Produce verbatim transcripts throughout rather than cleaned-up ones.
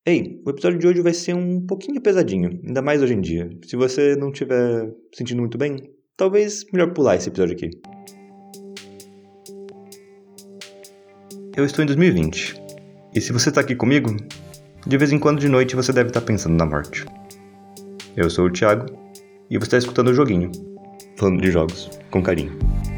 Ei, o episódio de hoje vai ser um pouquinho pesadinho, ainda mais hoje em dia. Se você não estiver sentindo muito bem, talvez melhor pular esse episódio aqui. Eu estou em dois mil e vinte, e se você está aqui comigo, de vez em quando de noite você deve estar pensando na morte. Eu sou o Thiago, e você está escutando o Joguinho, falando de jogos, com carinho.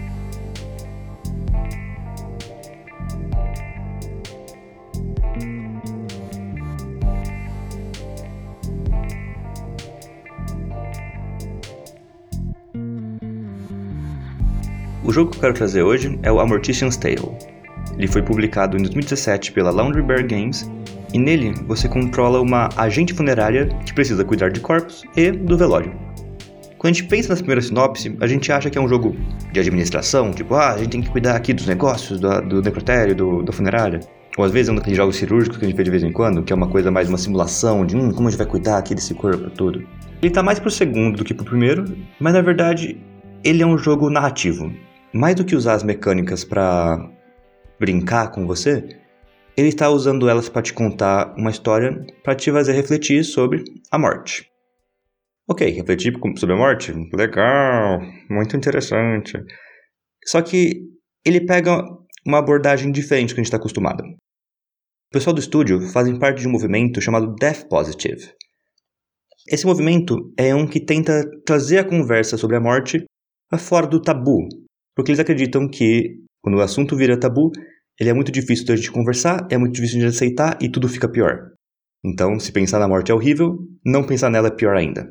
O jogo que eu quero trazer hoje é o A Mortician's Tale. Ele foi publicado em dois mil e dezessete pela Laundry Bear Games, e nele você controla uma agente funerária que precisa cuidar de corpos e do velório. Quando a gente pensa nas primeiras sinopses, a gente acha que é um jogo de administração, tipo, ah, a gente tem que cuidar aqui dos negócios, do, do necrotério, do, da funerária. Ou às vezes é um daqueles jogos cirúrgicos que a gente vê de vez em quando, que é uma coisa mais uma simulação de, hum, como a gente vai cuidar aqui desse corpo, tudo. Ele tá mais pro segundo do que pro primeiro, mas na verdade ele é um jogo narrativo. Mais do que usar as mecânicas pra brincar com você, ele está usando elas para te contar uma história para te fazer refletir sobre a morte. Ok, refletir sobre a morte? Legal, muito interessante. Só que ele pega uma abordagem diferente do que a gente está acostumado. O pessoal do estúdio fazem parte de um movimento chamado Death Positive. Esse movimento é um que tenta trazer a conversa sobre a morte para fora do tabu, porque eles acreditam que quando o assunto vira tabu, ele é muito difícil de a gente conversar, é muito difícil de aceitar e tudo fica pior. Então, se pensar na morte é horrível, não pensar nela é pior ainda.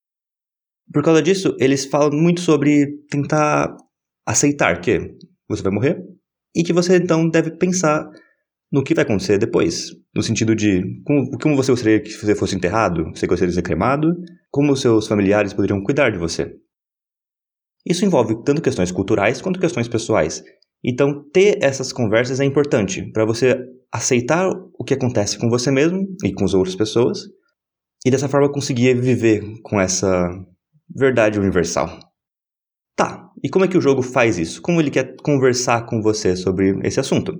Por causa disso, eles falam muito sobre tentar aceitar que você vai morrer e que você então deve pensar no que vai acontecer depois. No sentido de como, como você gostaria que você fosse enterrado, você gostaria de ser cremado, como os seus familiares poderiam cuidar de você. Isso envolve tanto questões culturais quanto questões pessoais. Então, ter essas conversas é importante para você aceitar o que acontece com você mesmo e com as outras pessoas e dessa forma conseguir viver com essa verdade universal. Tá, e como é que o jogo faz isso? Como ele quer conversar com você sobre esse assunto?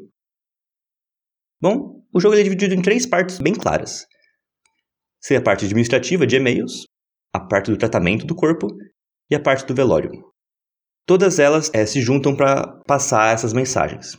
Bom, o jogo ele é dividido em três partes bem claras. Seria a parte administrativa de e-mails, a parte do tratamento do corpo e a parte do velório. Todas elas é, se juntam para passar essas mensagens.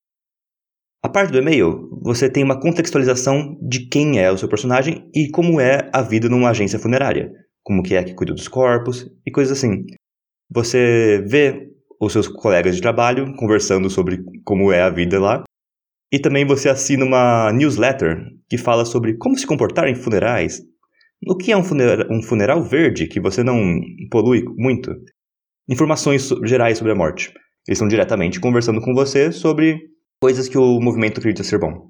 A parte do e-mail, você tem uma contextualização de quem é o seu personagem e como é a vida numa agência funerária. Como que é que cuida dos corpos e coisas assim. Você vê os seus colegas de trabalho conversando sobre como é a vida lá. E também você assina uma newsletter que fala sobre como se comportar em funerais. O que é um funeral, um funeral verde que você não polui muito. Informações gerais sobre a morte. Eles estão diretamente conversando com você sobre coisas que o movimento acredita ser bom.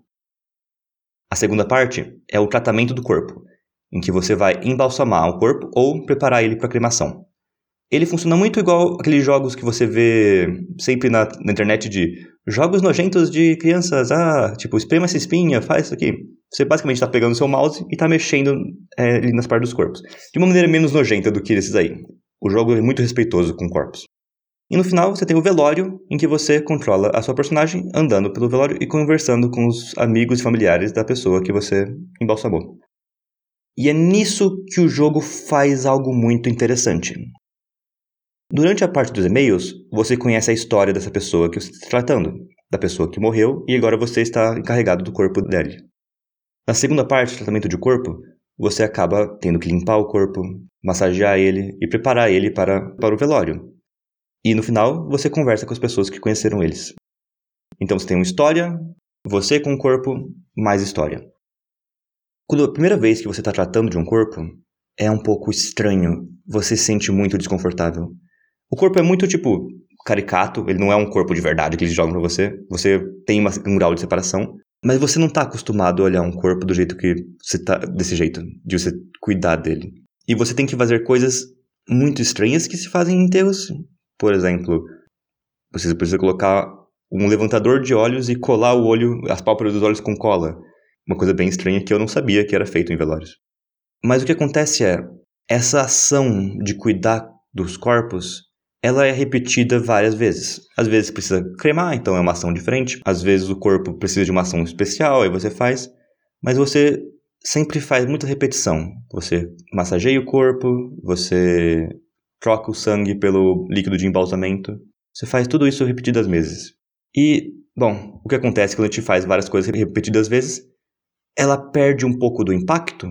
A segunda parte é o tratamento do corpo, em que você vai embalsamar o corpo ou preparar ele para cremação. Ele funciona muito igual aqueles jogos que você vê sempre na, na internet de jogos nojentos de crianças. Ah, tipo, esprema essa espinha, faz isso aqui. Você basicamente está pegando o seu mouse e está mexendo é, ali nas partes dos corpos. De uma maneira menos nojenta do que esses aí. O jogo é muito respeitoso com corpos. E no final você tem o velório, em que você controla a sua personagem andando pelo velório e conversando com os amigos e familiares da pessoa que você embalsamou. E é nisso que o jogo faz algo muito interessante. Durante a parte dos e-mails, você conhece a história dessa pessoa que você está tratando, da pessoa que morreu e agora você está encarregado do corpo dele. Na segunda parte, tratamento de corpo, você acaba tendo que limpar o corpo, massagear ele e preparar ele para, para o velório. E no final, você conversa com as pessoas que conheceram eles. Então você tem uma história, você com o corpo, mais história. Quando a primeira vez que você está tratando de um corpo, é um pouco estranho, você se sente muito desconfortável. O corpo é muito, tipo, caricato, ele não é um corpo de verdade que eles jogam pra você. Você tem uma, um grau de separação. Mas você não está acostumado a olhar um corpo do jeito que você tá, desse jeito, de você cuidar dele. E você tem que fazer coisas muito estranhas que se fazem em enterros. Por exemplo, você precisa colocar um levantador de olhos e colar o olho, as pálpebras dos olhos com cola. Uma coisa bem estranha que eu não sabia que era feito em velórios. Mas o que acontece é, essa ação de cuidar dos corpos, ela é repetida várias vezes. Às vezes precisa cremar, então é uma ação diferente. Às vezes o corpo precisa de uma ação especial, aí você faz. Mas você sempre faz muita repetição. Você massageia o corpo, você troca o sangue pelo líquido de embalsamento. Você faz tudo isso repetidas vezes. E, bom, o que acontece quando a gente faz várias coisas repetidas vezes? Ela perde um pouco do impacto.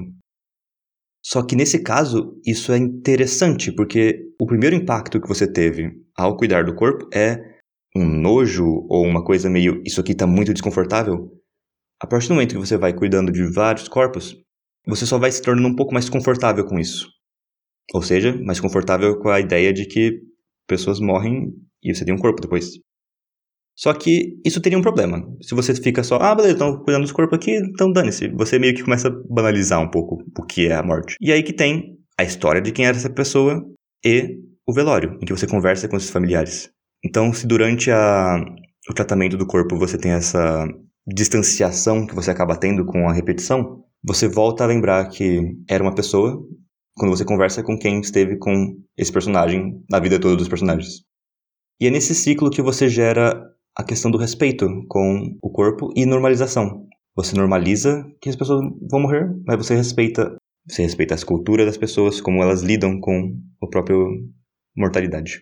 Só que nesse caso, isso é interessante, porque o primeiro impacto que você teve ao cuidar do corpo é um nojo ou uma coisa meio, isso aqui tá muito desconfortável. A partir do momento que você vai cuidando de vários corpos, você só vai se tornando um pouco mais confortável com isso. Ou seja, mais confortável com a ideia de que pessoas morrem e você tem um corpo depois. Só que isso teria um problema. Se você fica só, ah, beleza, estão cuidando dos corpos aqui, então dane-se. Você meio que começa a banalizar um pouco o que é a morte. E aí que tem a história de quem era essa pessoa e o velório, em que você conversa com esses familiares. Então, se durante a, o tratamento do corpo você tem essa distanciação que você acaba tendo com a repetição, você volta a lembrar que era uma pessoa quando você conversa com quem esteve com esse personagem na vida toda dos personagens. E é nesse ciclo que você gera a questão do respeito com o corpo e normalização. Você normaliza que as pessoas vão morrer, mas você respeita, você respeita as culturas das pessoas, como elas lidam com a própria mortalidade.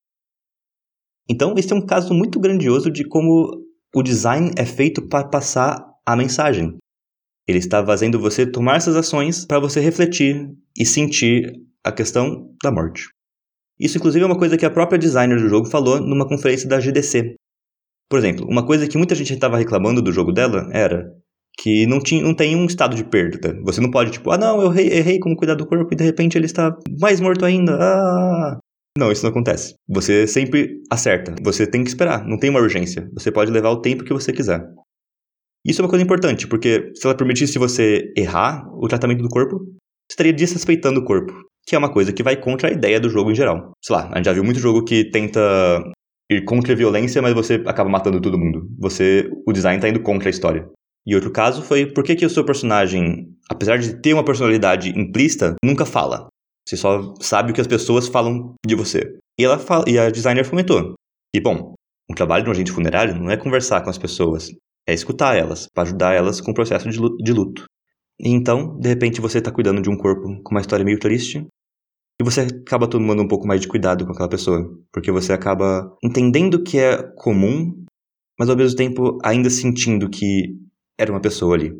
Então, esse é um caso muito grandioso de como o design é feito para passar a mensagem. Ele está fazendo você tomar essas ações para você refletir e sentir a questão da morte. Isso, inclusive, é uma coisa que a própria designer do jogo falou numa conferência da G D C. Por exemplo, uma coisa que muita gente estava reclamando do jogo dela era que não, tinha, não tem um estado de perda. Você não pode, tipo, ah, não, eu errei, errei como cuidar do corpo e de repente ele está mais morto ainda. Ah! Não, isso não acontece. Você sempre acerta. Você tem que esperar. Não tem uma urgência. Você pode levar o tempo que você quiser. Isso é uma coisa importante, porque se ela permitisse você errar o tratamento do corpo, você estaria desrespeitando o corpo, que é uma coisa que vai contra a ideia do jogo em geral. Sei lá, a gente já viu muito jogo que tenta ir contra a violência, mas você acaba matando todo mundo. Você, o design está indo contra a história. E outro caso foi por que que o seu personagem, apesar de ter uma personalidade implícita, nunca fala. Você só sabe o que as pessoas falam de você. E, ela fala, e a designer comentou. E, bom, o trabalho de um agente funerário não é conversar com as pessoas, é escutar elas, para ajudar elas com o processo de luto. E então, de repente, você está cuidando de um corpo com uma história meio triste, e você acaba tomando um pouco mais de cuidado com aquela pessoa, porque você acaba entendendo que é comum, mas ao mesmo tempo ainda sentindo que era uma pessoa ali.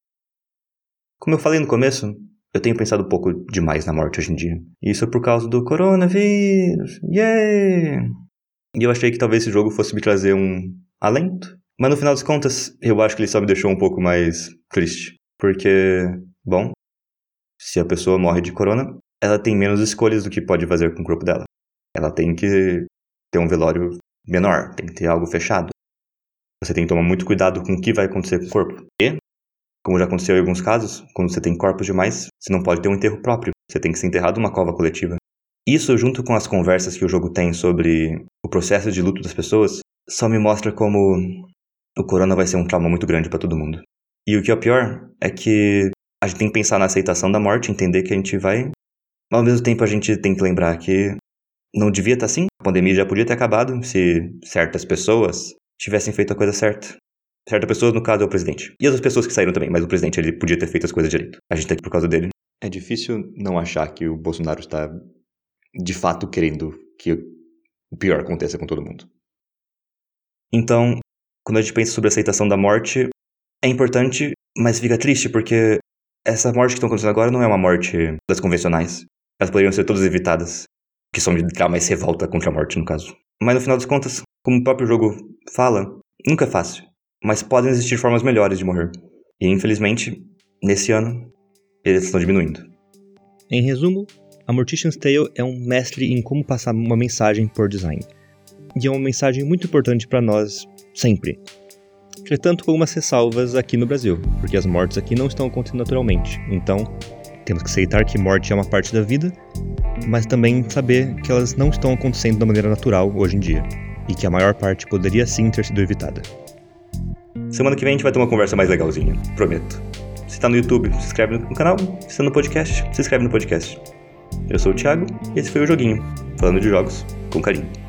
Como eu falei no começo, eu tenho pensado um pouco demais na morte hoje em dia. E isso é por causa do coronavírus. Yeah! E eu achei que talvez esse jogo fosse me trazer um alento. Mas no final das contas, eu acho que ele só me deixou um pouco mais triste. Porque, bom, se a pessoa morre de corona, ela tem menos escolhas do que pode fazer com o corpo dela. Ela tem que ter um velório menor, tem que ter algo fechado. Você tem que tomar muito cuidado com o que vai acontecer com o corpo. E, como já aconteceu em alguns casos, quando você tem corpos demais, você não pode ter um enterro próprio. Você tem que ser enterrado numa cova coletiva. Isso, junto com as conversas que o jogo tem sobre o processo de luto das pessoas, só me mostra como o corona vai ser um trauma muito grande para todo mundo. E o que é o pior é que a gente tem que pensar na aceitação da morte, entender que a gente vai... Mas ao mesmo tempo a gente tem que lembrar que não devia estar assim. A pandemia já podia ter acabado se certas pessoas tivessem feito a coisa certa. Certas pessoas, no caso, é o presidente. E as outras pessoas que saíram também, mas o presidente ele podia ter feito as coisas direito. A gente tá aqui por causa dele. É difícil não achar que o Bolsonaro está, de fato, querendo que o pior aconteça com todo mundo. Então, quando a gente pensa sobre a aceitação da morte, é importante, mas fica triste, porque essa morte que está acontecendo agora não é uma morte das convencionais. Elas poderiam ser todas evitadas, que são de dar mais revolta contra a morte, no caso. Mas no final das contas, como o próprio jogo fala, nunca é fácil. Mas podem existir formas melhores de morrer. E infelizmente, nesse ano, eles estão diminuindo. Em resumo, a Mortician's Tale é um mestre em como passar uma mensagem por design. E é uma mensagem muito importante para nós, sempre. Entretanto, com algumas ressalvas aqui no Brasil, porque as mortes aqui não estão acontecendo naturalmente. Então, temos que aceitar que morte é uma parte da vida, mas também saber que elas não estão acontecendo da maneira natural hoje em dia. E que a maior parte poderia sim ter sido evitada. Semana que vem a gente vai ter uma conversa mais legalzinha, prometo. Se tá no YouTube, se inscreve no canal. Se tá no podcast, se inscreve no podcast. Eu sou o Thiago e esse foi o Joguinho, falando de jogos com carinho.